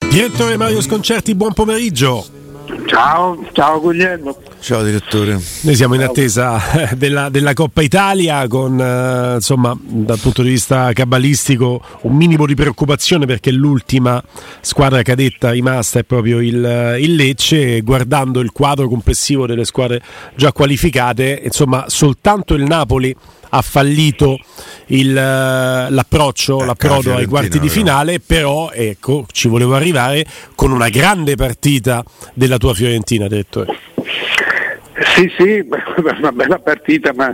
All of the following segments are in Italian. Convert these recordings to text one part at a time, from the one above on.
Direttore Mario Sconcerti, buon pomeriggio. Ciao Guglielmo. Ciao direttore. Noi siamo in attesa della Coppa Italia con insomma, dal punto di vista cabalistico un minimo di preoccupazione, perché l'ultima squadra cadetta rimasta è proprio il Lecce. Guardando il quadro complessivo delle squadre già qualificate, insomma soltanto il Napoli ha fallito l'approdo ai quarti di finale, però ecco, ci volevo arrivare con una grande partita della tua Fiorentina, direttore. Sì, una bella partita, ma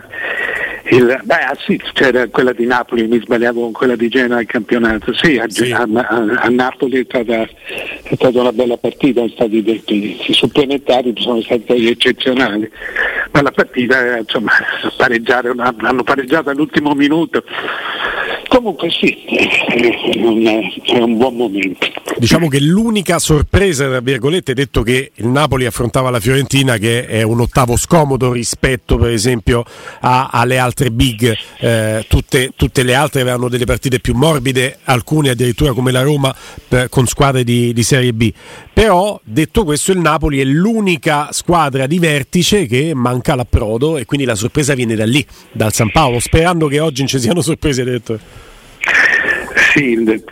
c'era quella di Napoli, mi sbagliavo con quella di Genoa al campionato. Sì. A Napoli è stata una bella partita, i supplementari sono stati eccezionali, ma la partita insomma hanno pareggiato all'ultimo minuto. Comunque sì, è un buon momento. Diciamo che l'unica sorpresa, tra virgolette, detto che il Napoli affrontava la Fiorentina, che è un ottavo scomodo rispetto per esempio alle altre big, tutte le altre avevano delle partite più morbide, alcune addirittura come la Roma con squadre di Serie B. Però detto questo, il Napoli è l'unica squadra di vertice che manca l'approdo, e quindi la sorpresa viene da lì, dal San Paolo, sperando che oggi non ci siano sorprese, detto. Sì,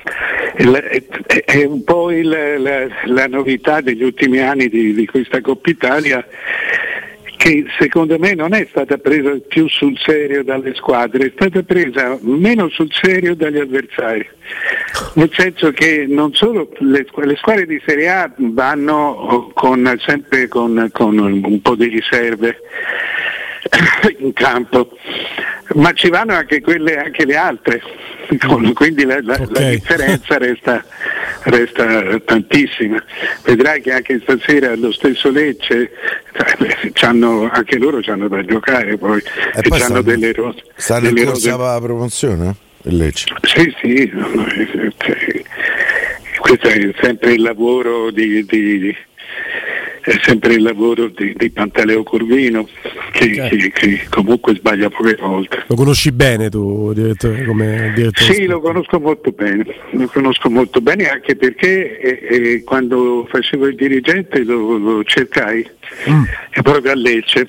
è un po' la novità degli ultimi anni di questa Coppa Italia, che secondo me non è stata presa più sul serio dalle squadre, è stata presa meno sul serio dagli avversari, nel senso che non solo le squadre di Serie A vanno sempre con un po' di riserve in campo, ma ci vanno anche le altre, quindi la differenza resta tantissima. Vedrai che anche stasera lo stesso Lecce anche loro c'hanno da giocare, poi c'hanno delle rose. Stanno in corsa per la promozione, il Lecce? Sì, questo è sempre il lavoro è sempre il lavoro di Pantaleo Corvino, che comunque sbaglia poche volte. Lo conosci bene tu, direttore, come direttore? Sì, lo conosco molto bene anche perché quando facevo il dirigente lo cercai proprio a Lecce.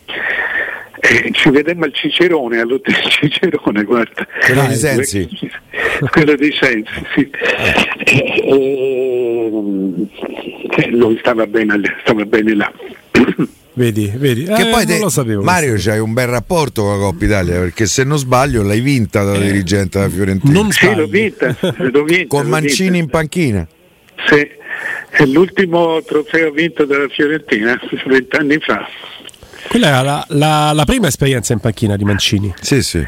Ci vedemmo al Cicerone, all'hotel Cicerone, guarda. Quello di Sensi. Quello di Sensi, sì. Lui stava bene là. Vedi. Che poi non lo sapevo. Mario, c'hai un bel rapporto con la Coppa Italia, perché se non sbaglio l'hai vinta da dirigente della Fiorentina. Non sì, l'ho vinta. Con Mancini in panchina. Sì, è l'ultimo trofeo vinto dalla Fiorentina 20 anni fa. Quella era la prima esperienza in panchina di Mancini. Sì. Sì,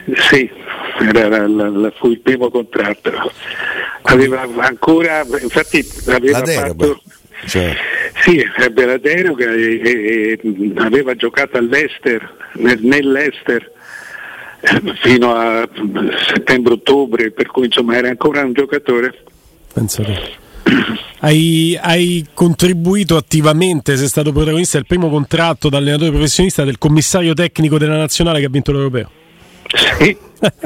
fu il primo contratto. Aveva ancora, infatti aveva la deroga, fatto. Sì, ebbe la deroga e aveva giocato all'Ester, nell'Ester fino a settembre-ottobre, per cui insomma era ancora un giocatore. Pensate. Hai contribuito attivamente, sei stato protagonista del primo contratto da allenatore professionista del commissario tecnico della nazionale che ha vinto l'Europeo. Sì.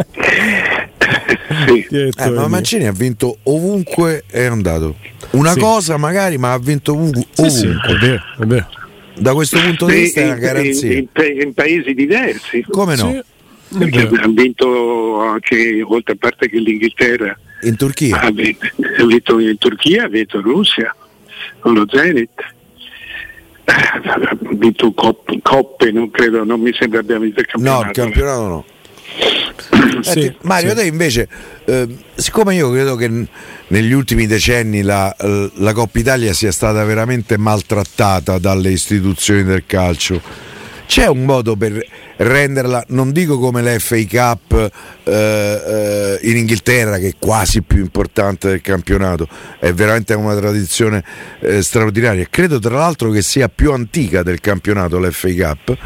Sì. Ma Mancini ha vinto ovunque è andato. Una cosa magari, ma ha vinto ovunque. Sì, è vero. Da questo punto di vista è una garanzia. In paesi diversi. Come no? Sì, perché ha vinto anche, oltre a parte che l'Inghilterra, in Turchia. Ha vinto in Turchia, ha vinto in Russia con lo Zenit. Ha vinto coppe, non mi sembra abbia vinto il campionato. No, il campionato no. Mario, sì. te invece, siccome io credo che negli ultimi decenni la Coppa Italia sia stata veramente maltrattata dalle istituzioni del calcio, c'è un modo per renderla, non dico come l'FA Cup in Inghilterra, che è quasi più importante del campionato, è veramente una tradizione straordinaria, credo tra l'altro che sia più antica del campionato l'FA Cup,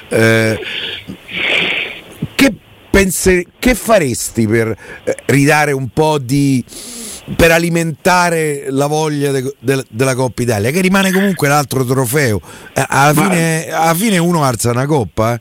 che faresti per ridare un po' per alimentare la voglia della Coppa Italia, che rimane comunque l'altro trofeo? Alla fine uno alza una coppa,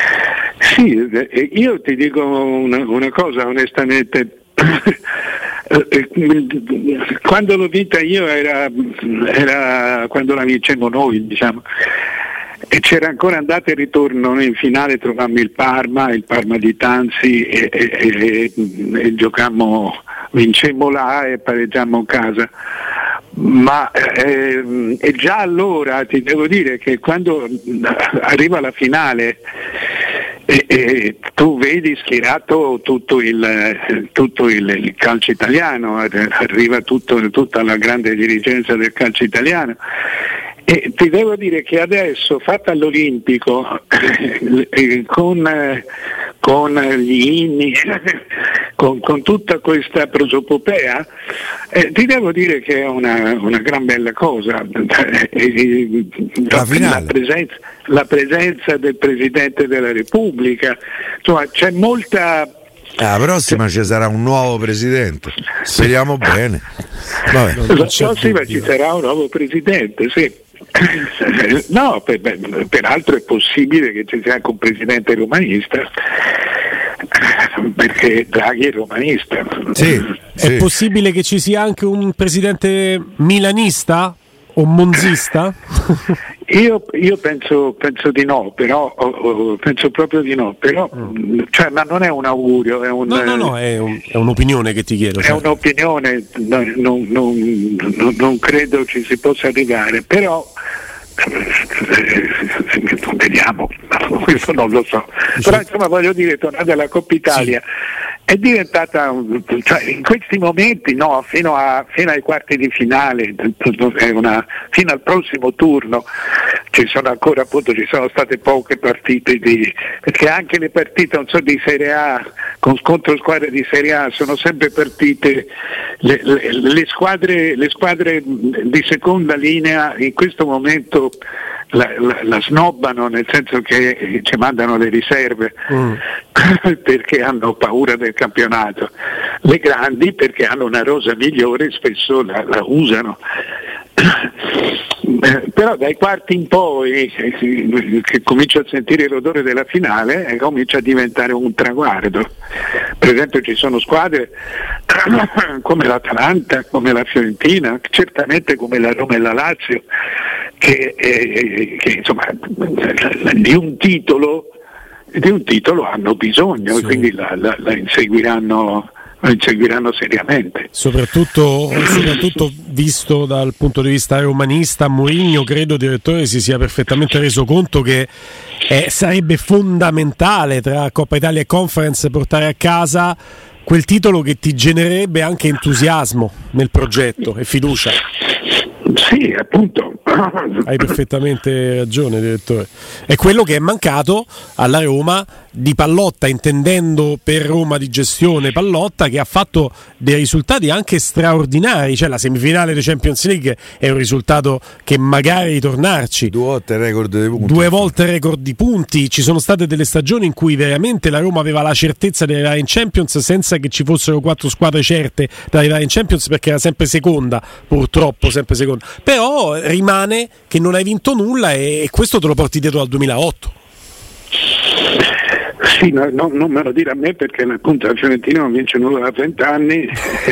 Sì, io ti dico una cosa onestamente. Quando l'ho vinta io era quando la vincemmo noi, diciamo, e c'era ancora andata e ritorno. Noi in finale trovammo il Parma di Tanzi e giocammo, vincemmo là e pareggiammo in casa. Ma e già allora ti devo dire che quando arriva la finale e tu vedi schierato tutto il calcio italiano, arriva tutta la grande dirigenza del calcio italiano, e ti devo dire che adesso, fatta all'Olimpico, con gli inni, con tutta questa prosopopea, ti devo dire che è una gran bella cosa. La presenza del Presidente della Repubblica, insomma, c'è molta... La prossima ci sarà un nuovo presidente, speriamo bene. Vabbè, la prossima ci sarà un nuovo presidente, sì. No, peraltro è possibile che ci sia anche un presidente romanista, perché Draghi è romanista. Sì, è possibile che ci sia anche un presidente milanista o monzista? Io penso di no, però penso proprio di no, però cioè, ma non è un augurio, è un'opinione che ti chiedo. È un'opinione, non credo ci si possa arrivare, però vediamo, questo non lo so. Però insomma voglio dire, tornando alla Coppa Italia, è diventata, cioè, in questi momenti fino ai quarti di finale, fino al prossimo turno ci sono state poche partite perché anche le partite di Serie A contro squadre di Serie A sono sempre partite, le squadre di seconda linea in questo momento la snobbano, nel senso che ci mandano le riserve perché hanno paura del campionato, le grandi perché hanno una rosa migliore spesso la usano. Però dai quarti in poi che comincia a sentire l'odore della finale comincia a diventare un traguardo. Per esempio ci sono squadre come l'Atalanta, come la Fiorentina, certamente come la Roma e la Lazio che insomma di un titolo hanno bisogno, sì. E quindi la inseguiranno seriamente. Soprattutto visto dal punto di vista romanista, Mourinho, credo, direttore, si sia perfettamente reso conto che sarebbe fondamentale tra Coppa Italia e Conference portare a casa quel titolo che ti genererebbe anche entusiasmo nel progetto e fiducia. Sì, appunto. Hai perfettamente ragione, direttore. È quello che è mancato alla Roma di Pallotta, intendendo per Roma di gestione Pallotta, che ha fatto dei risultati anche straordinari. Cioè la semifinale di Champions League è un risultato che magari ritornarci. 2 volte record di punti. 2 volte record di punti. Ci sono state delle stagioni in cui veramente la Roma aveva la certezza di arrivare in Champions senza che ci fossero 4 squadre certe da arrivare in Champions, perché era sempre seconda, purtroppo sempre seconda. Però rimane che non hai vinto nulla e questo te lo porti dietro dal 2008. Sì, non me lo dire a me, perché appunto la Fiorentina non vince nulla da 30 anni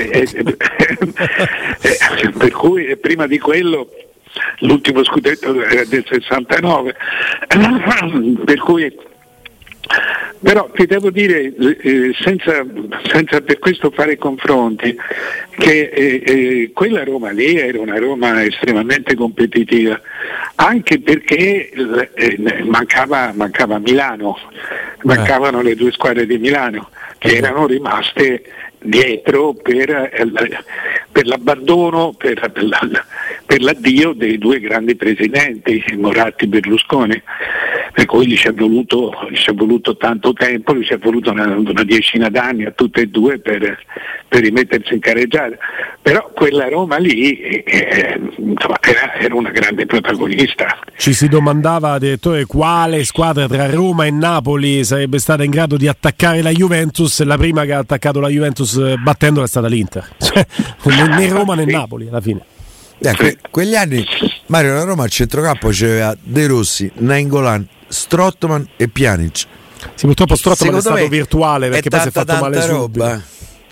per cui prima di quello l'ultimo scudetto era del 69, per cui però ti devo dire, senza per questo fare confronti, che quella Roma lì era una Roma estremamente competitiva, anche perché mancava Milano, mancavano le 2 squadre di Milano che erano rimaste dietro per l'abbandono, per l'addio dei 2 grandi presidenti, Moratti e Berlusconi, per cui gli ci è voluto tanto tempo, gli ci è voluto una decina d'anni a tutte e 2 per rimettersi in carreggiata. Però quella Roma lì insomma, era una grande protagonista. Ci si domandava, direttore, quale squadra tra Roma e Napoli sarebbe stata in grado di attaccare la Juventus, e la prima che ha attaccato la Juventus battendola è stata l'Inter. Cioè, né Roma né Napoli alla fine. Quegli anni Mario, la Roma al centrocampo c'aveva De Rossi, Nainggolan, Strootman e Pjanic. Sì, purtroppo Strootman è stato virtuale, perché poi si è fatto male roba.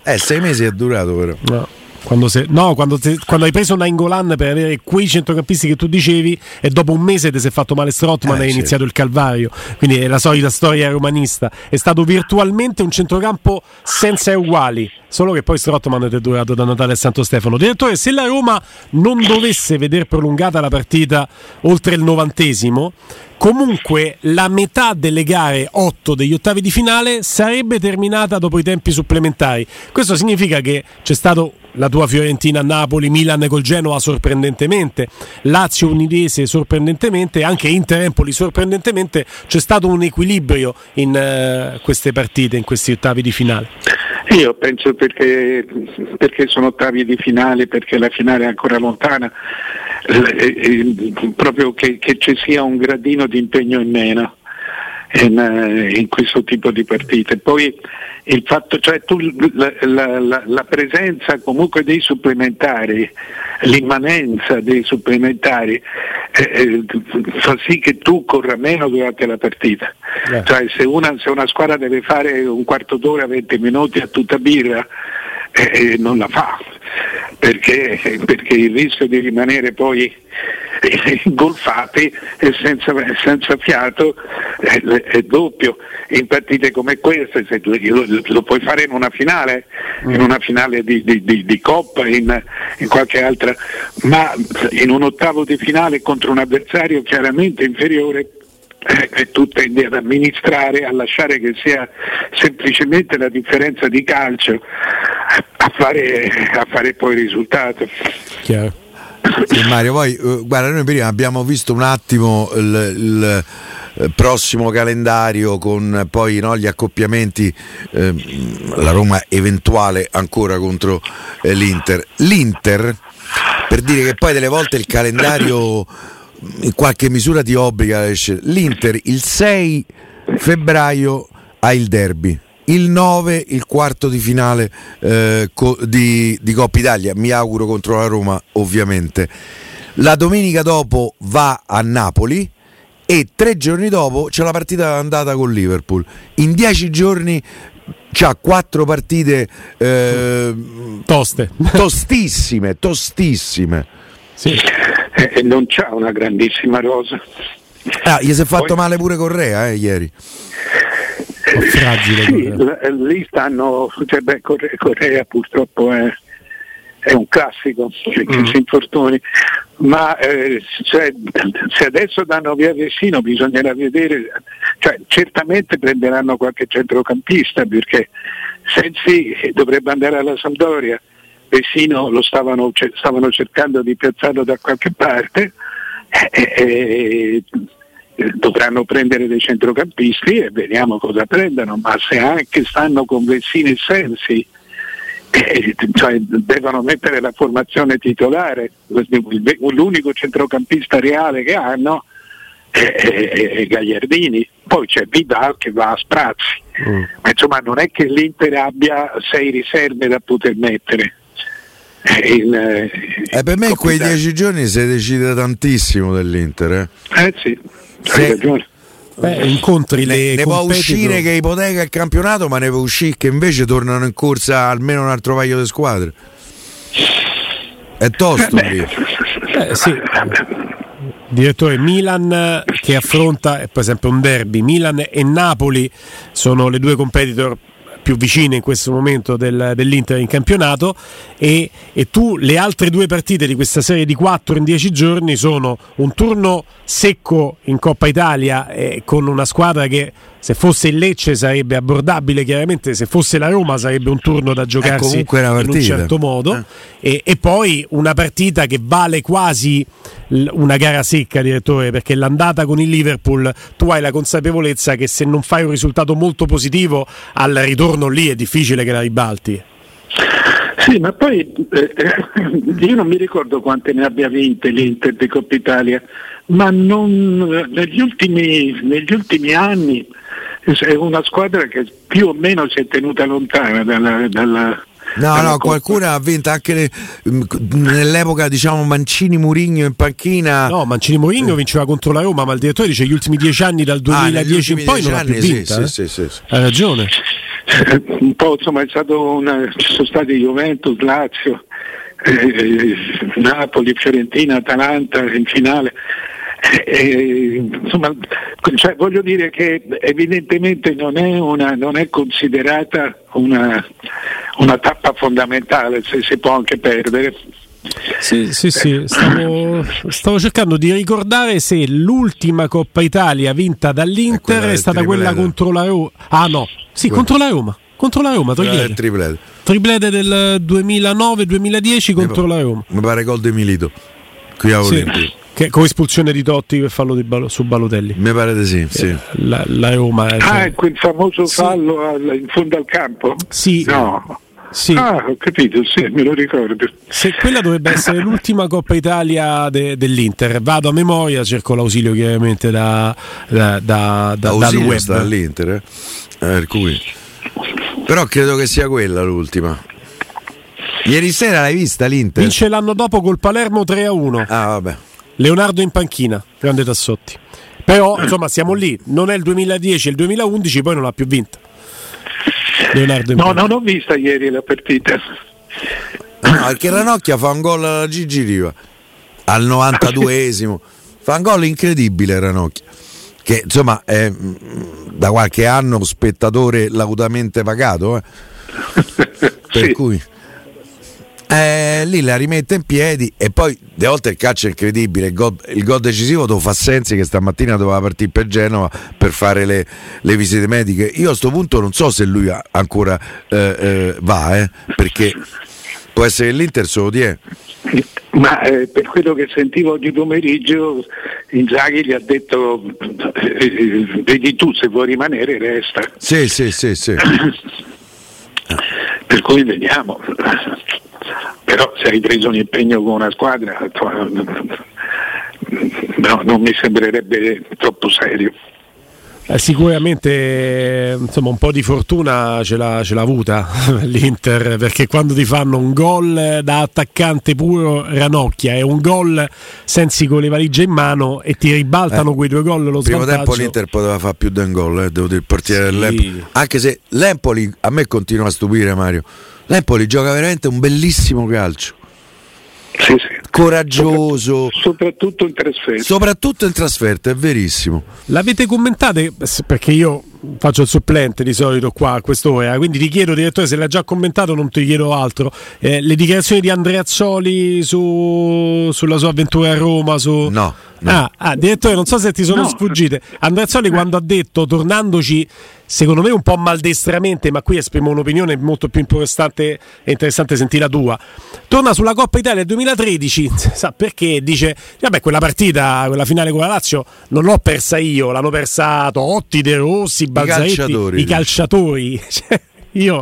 6 mesi è durato però. No. Quando hai preso Nainggolan per avere quei centrocampisti che tu dicevi e dopo un mese ti si è fatto male Strootman e hai iniziato il calvario, quindi è la solita storia romanista, è stato virtualmente un centrocampo senza uguali, solo che poi Strootman è durato da Natale a Santo Stefano. Direttore, se la Roma non dovesse veder prolungata la partita oltre il 90°, comunque la metà delle gare 8 degli ottavi di finale sarebbe terminata dopo i tempi supplementari. Questo significa che c'è stato la tua Fiorentina a Napoli, Milan col Genoa sorprendentemente, Lazio Udinese sorprendentemente, anche Inter-Empoli sorprendentemente. C'è stato un equilibrio in queste partite, in questi ottavi di finale. Io penso perché sono ottavi di finale, perché la finale è ancora lontana, proprio che ci sia un gradino di impegno in meno in questo tipo di partite. Poi il fatto, cioè la presenza comunque dei supplementari, l'immanenza dei supplementari fa sì che tu corra meno durante la partita. Cioè se una squadra deve fare un quarto d'ora, 20 minuti a tutta birra, non la fa, perché il rischio di rimanere poi ingolfati e senza fiato è doppio. In partite come queste lo puoi fare in una finale di Coppa, in qualche altra, ma in un ottavo di finale contro un avversario chiaramente inferiore, e tu tendi ad amministrare, a lasciare che sia semplicemente la differenza di calcio a fare poi il risultato. Chiaro. Sì, Mario, poi guarda, noi prima abbiamo visto un attimo il prossimo calendario con poi gli accoppiamenti, la Roma eventuale ancora contro l'Inter, per dire che poi delle volte il calendario in qualche misura ti obbliga a essere. L'Inter il 6 febbraio ha il derby, il 9 il quarto di finale di Coppa Italia, mi auguro contro la Roma ovviamente. La domenica dopo va a Napoli e 3 giorni dopo c'è la partita andata con Liverpool. In 10 giorni c'ha 4 partite tostissime. Sì. Non c'ha una grandissima rosa. Gli si è fatto male pure Correa ieri. Fragile. Sì, lì stanno, Correa purtroppo è un classico che si infortuni, ma se adesso danno via Vecino bisognerà vedere, certamente prenderanno qualche centrocampista, perché Sensi dovrebbe andare alla Sampdoria, Vecino lo stavano cercando di piazzarlo da qualche parte, dovranno prendere dei centrocampisti e vediamo cosa prendono, ma se anche stanno con Vecino e Sensi, devono mettere la formazione titolare, l'unico centrocampista reale che hanno è Gagliardini, poi c'è Vidal che va a sprazzi, ma insomma non è che l'Inter abbia 6 riserve da poter mettere. Per me in quei 10 giorni si decide tantissimo dell'Inter. Sì, hai ragione. Incontri ne può uscire che ipoteca il campionato, ma ne può uscire che invece tornano in corsa almeno un altro paio di squadre. È tosto lì. Sì. Direttore, Milan che affronta per esempio un derby, Milan e Napoli sono le due competitor più vicine in questo momento dell'Inter in campionato, e tu le altre 2 partite di questa serie di 4 in 10 giorni sono un turno secco in Coppa Italia con una squadra che se fosse il Lecce sarebbe abbordabile, chiaramente se fosse la Roma sarebbe un turno da giocarsi in un certo modo, e poi una partita che vale quasi una gara secca, direttore, perché l'andata con il Liverpool tu hai la consapevolezza che se non fai un risultato molto positivo al ritorno lì è difficile che la ribalti. Sì, ma poi io non mi ricordo quante ne abbia vinte l'Inter di Coppa Italia, ma negli ultimi anni è una squadra che più o meno si è tenuta lontana dalla qualcuna ha vinto anche nell'epoca, diciamo, Mancini-Mourinho in panchina. No, Mancini-Mourinho vinceva contro la Roma, ma il direttore dice gli ultimi 10 anni, dal 2010 in poi non ha più vinta. Sì. Ha ragione. un po' insomma ci sono stati Juventus, Lazio, Napoli, Fiorentina, Atalanta in finale. Insomma, cioè, voglio dire che evidentemente non è considerata una tappa fondamentale, se si può anche perdere. Sì, stavo cercando di ricordare se l'ultima Coppa Italia vinta dall'Inter è stata quella contro la Roma. Ah no, sì, contro la Roma, triplete del 2009-2010 contro la Roma. Mi pare gol di Milito qui a Olimpico. Che con espulsione di Totti per fallo su Balotelli. Mi pare di sì. La Roma. È quel famoso fallo in fondo al campo? Sì. No. Sì. Ho capito, sì, me lo ricordo. Se quella dovrebbe essere l'ultima Coppa Italia dell'Inter, vado a memoria, cerco l'ausilio chiaramente dal web. Sta all'Inter, per cui. Però credo che sia quella l'ultima. Ieri sera l'hai vista l'Inter? Vince l'anno dopo col Palermo 3-1. Ah, vabbè. Leonardo in panchina, grande Tassotti. Però insomma siamo lì, non è il 2010, è il 2011, poi non l'ha più vinta. No, non ho vista ieri la partita. No, perché Ranocchia fa un gol alla Gigi Riva al 92esimo. Fa un gol incredibile Ranocchia, che insomma è da qualche anno spettatore laudamente pagato, per cui lì la rimette in piedi. E poi de volte il calcio è incredibile, il gol decisivo lo fa Sensi, che stamattina doveva partire per Genova per fare le visite mediche. Io a sto punto non so se lui ancora va, perché può essere che l'Inter se lo tiene. Ma per quello che sentivo oggi pomeriggio Inzaghi gli ha detto vedi tu, se vuoi rimanere resta. Sì. Per cui vediamo. Però se hai preso un impegno con una squadra, no, non mi sembrerebbe troppo serio. Sicuramente insomma un po' di fortuna ce l'ha avuta l'Inter, perché quando ti fanno un gol da attaccante puro Ranocchia e un gol Sensi con le valigie in mano e ti ribaltano quei due gol lo primo svantaggio. Tempo l'Inter poteva fare più di un gol, devo dire, il portiere dell'Empoli, anche se l'Empoli a me continua a stupire, Mario. L'Empoli gioca veramente un bellissimo calcio. Sì. Coraggioso, soprattutto in trasferta, è verissimo. L'avete commentate? Perché io faccio il supplente di solito qua a quest'ora, quindi ti chiedo, direttore, se l'ha già commentato, non ti chiedo altro. Le dichiarazioni di Andreazzoli sulla sua avventura a Roma? No. Direttore, non so se ti sono sfuggite. Andreazzoli quando ha detto, tornandoci secondo me un po' maldestramente, ma qui esprimo un'opinione molto più importante e interessante sentire la tua, torna sulla Coppa Italia 2013, sa perché? Dice, vabbè, quella partita, quella finale con la Lazio non l'ho persa io, l'hanno persa Totti, De Rossi, Balzaretti, i calciatori. Io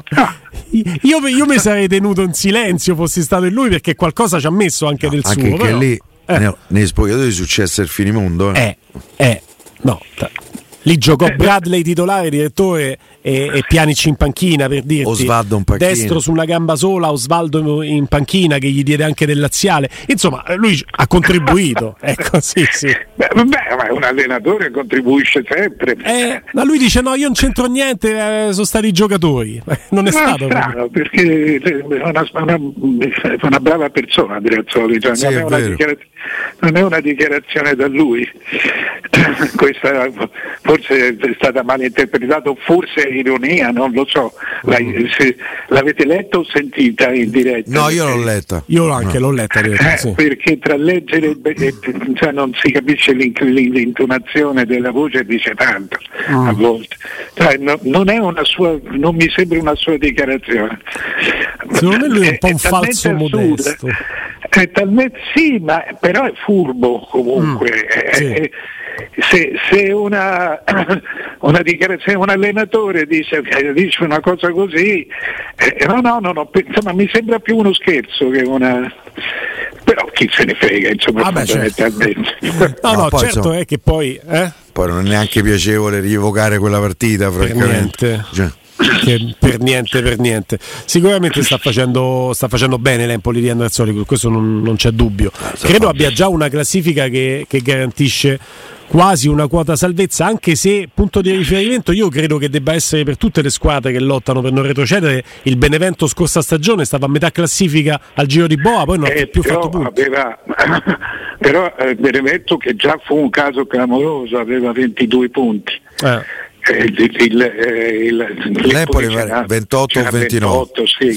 mi sarei tenuto in silenzio fossi stato in lui, perché qualcosa ci ha messo anche del anche suo. Anche però, lì nei spogliatoi successe il finimondo. No. Lì giocò Bradley titolare, direttore, e Pjanic in panchina, per dirti. Osvaldo in panchina. Destro su una gamba sola, Osvaldo in panchina, che gli diede anche del laziale. Insomma, lui ha contribuito. Ecco, sì. Ma un allenatore contribuisce sempre. Ma lui dice no, io non c'entro niente, sono stati i giocatori. Non è stato strano, perché è una brava persona, Andreazzoli, cioè, non è una dichiarazione da lui. Questa forse è stata mal interpretata, forse è ironia, non lo so. Se l'avete letta o sentita in diretta? No, io l'ho letta. Io anche l'ho letta, sì. Perché tra leggere cioè non si capisce l'intonazione della voce, dice tanto a volte. Cioè, non mi sembra una sua dichiarazione. Secondo me lui è un po' un falso modesto. Sì, ma però è furbo comunque. Sì. Se una dichiarazione, un allenatore dice una cosa così, no, insomma, mi sembra più uno scherzo che una. Però chi se ne frega, insomma, fondamentalmente. No, certo, insomma, è che poi poi non è neanche piacevole rievocare quella partita, francamente. Per niente. Sicuramente sta facendo bene l'Empoli di Andreazzoli, questo non c'è dubbio. Credo abbia già una classifica che garantisce quasi una quota salvezza, anche se punto di riferimento io credo che debba essere per tutte le squadre che lottano per non retrocedere. Il Benevento scorsa stagione stava a metà classifica al Giro di Boa, poi non ha più fatto punti. Però Benevento, che già fu un caso clamoroso, aveva 22 punti. L'Empoli 28 o 29, sì.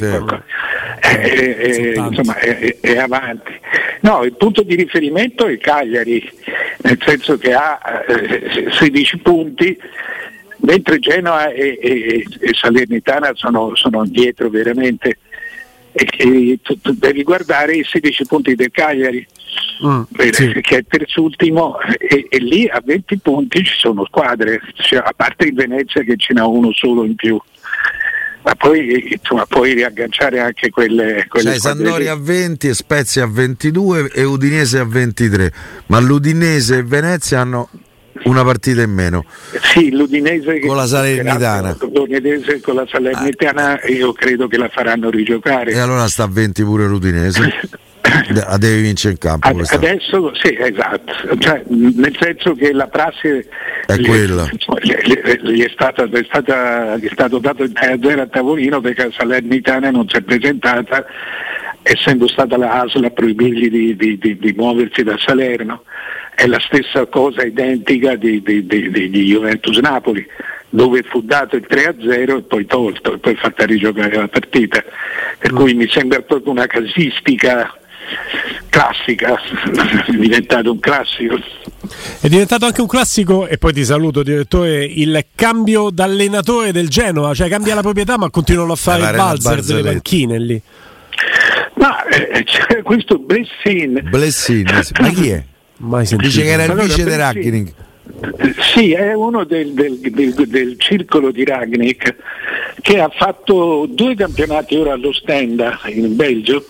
Insomma è avanti. No, il punto di riferimento è il Cagliari, nel senso che ha 16 punti, mentre Genoa e Salernitana sono dietro veramente. E tu devi guardare i 16 punti del Cagliari, che è terzultimo, e lì a 20 punti ci sono squadre, cioè, a parte il Venezia che ce n'ha uno solo in più, ma poi insomma puoi riagganciare anche quelle Sampdoria a 20 e Spezia a 22 e Udinese a 23, ma l'Udinese e Venezia hanno una partita in meno. Sì, l'Udinese con la Salernitana. L'Udinese con la Salernitana io credo che la faranno rigiocare. E allora sta a 20 pure l'Udinese. Deve vincere in campo adesso, sì, esatto, cioè, nel senso che la prassi è quella. Gli è stato dato il 3-0 a tavolino perché la Salernitana non si è presentata, essendo stata la ASL a proibirgli di muoversi da Salerno. È la stessa cosa identica di Juventus Napoli, dove fu dato il 3-0 e poi tolto e poi fatta rigiocare la partita, per cui mi sembra proprio una casistica classica, è diventato un classico. È diventato anche un classico, e poi ti saluto direttore, il cambio d'allenatore del Genoa, cioè cambia la proprietà ma continuano a fare il valzer delle panchine lì. Ma c'è questo Blessin, ma chi è? Mai sentito. Dice che era il vice di Rangnick. Sì, è uno del circolo di Rangnick, che ha fatto 2 campionati ora allo Stenda in Belgio.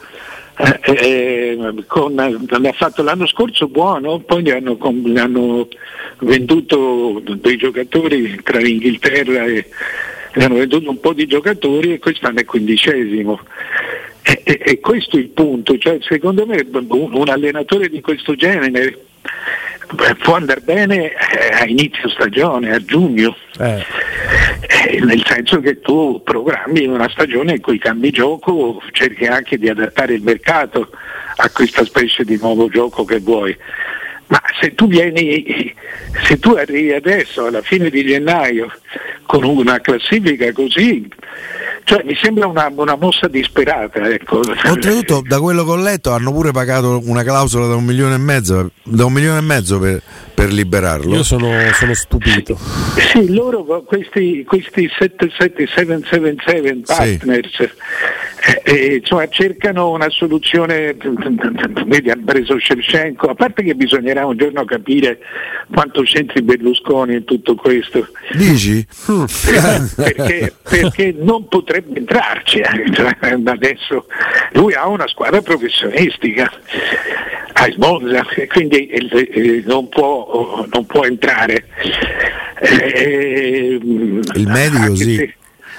Ne ha fatto l'anno scorso buono, poi gli hanno venduto dei giocatori tra l'Inghilterra e hanno venduto un po' di giocatori e quest'anno è 15°. E questo è il punto, cioè secondo me un allenatore di questo genere può andare bene a inizio stagione, a giugno, nel senso che tu programmi una stagione in cui cambi gioco, cerchi anche di adattare il mercato a questa specie di nuovo gioco che vuoi. Ma se tu arrivi adesso alla fine di gennaio con una classifica così, cioè mi sembra una mossa disperata, ecco. Oltretutto, da quello che ho letto, hanno pure pagato una clausola da 1,5 milioni per liberarlo. Io sono stupito. Sì, loro questi 777 partners, insomma, cercano una soluzione. Vedi, hanno preso Shevchenko, a parte che bisognerà un giorno capire quanto c'entri Berlusconi in tutto questo. Dici? Perché non potrebbe entrarci, adesso lui ha una squadra professionistica a Monza, quindi non può entrare. Il medico sì.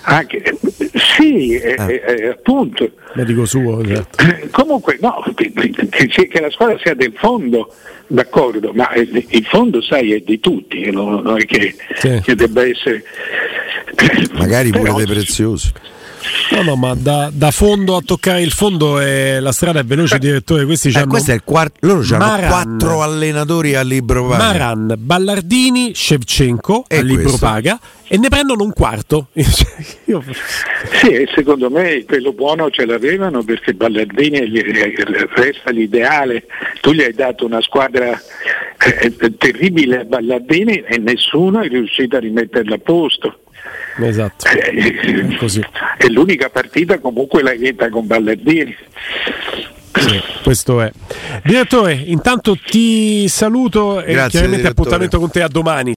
Appunto. Medico suo, certo. Comunque no, che la squadra sia del fondo, d'accordo, ma il fondo sai è di tutti, non è che debba essere magari pure dei preziosi. No, ma da fondo a toccare il fondo la strada è veloce, direttore. Questi questo è il quarto. Loro hanno 4 allenatori a libro paga. Maran, Ballardini, Shevchenko a libro paga, e ne prendono un quarto. Sì, secondo me quello buono ce l'avevano, perché Ballardini resta l'ideale. Tu gli hai dato una squadra terribile a Ballardini e nessuno è riuscito a rimetterla a posto. Esatto. Così. E l'unica partita comunque l'hai vinta con Ballardini. Sì, questo è. Direttore, intanto ti saluto e chiaramente appuntamento con te a domani.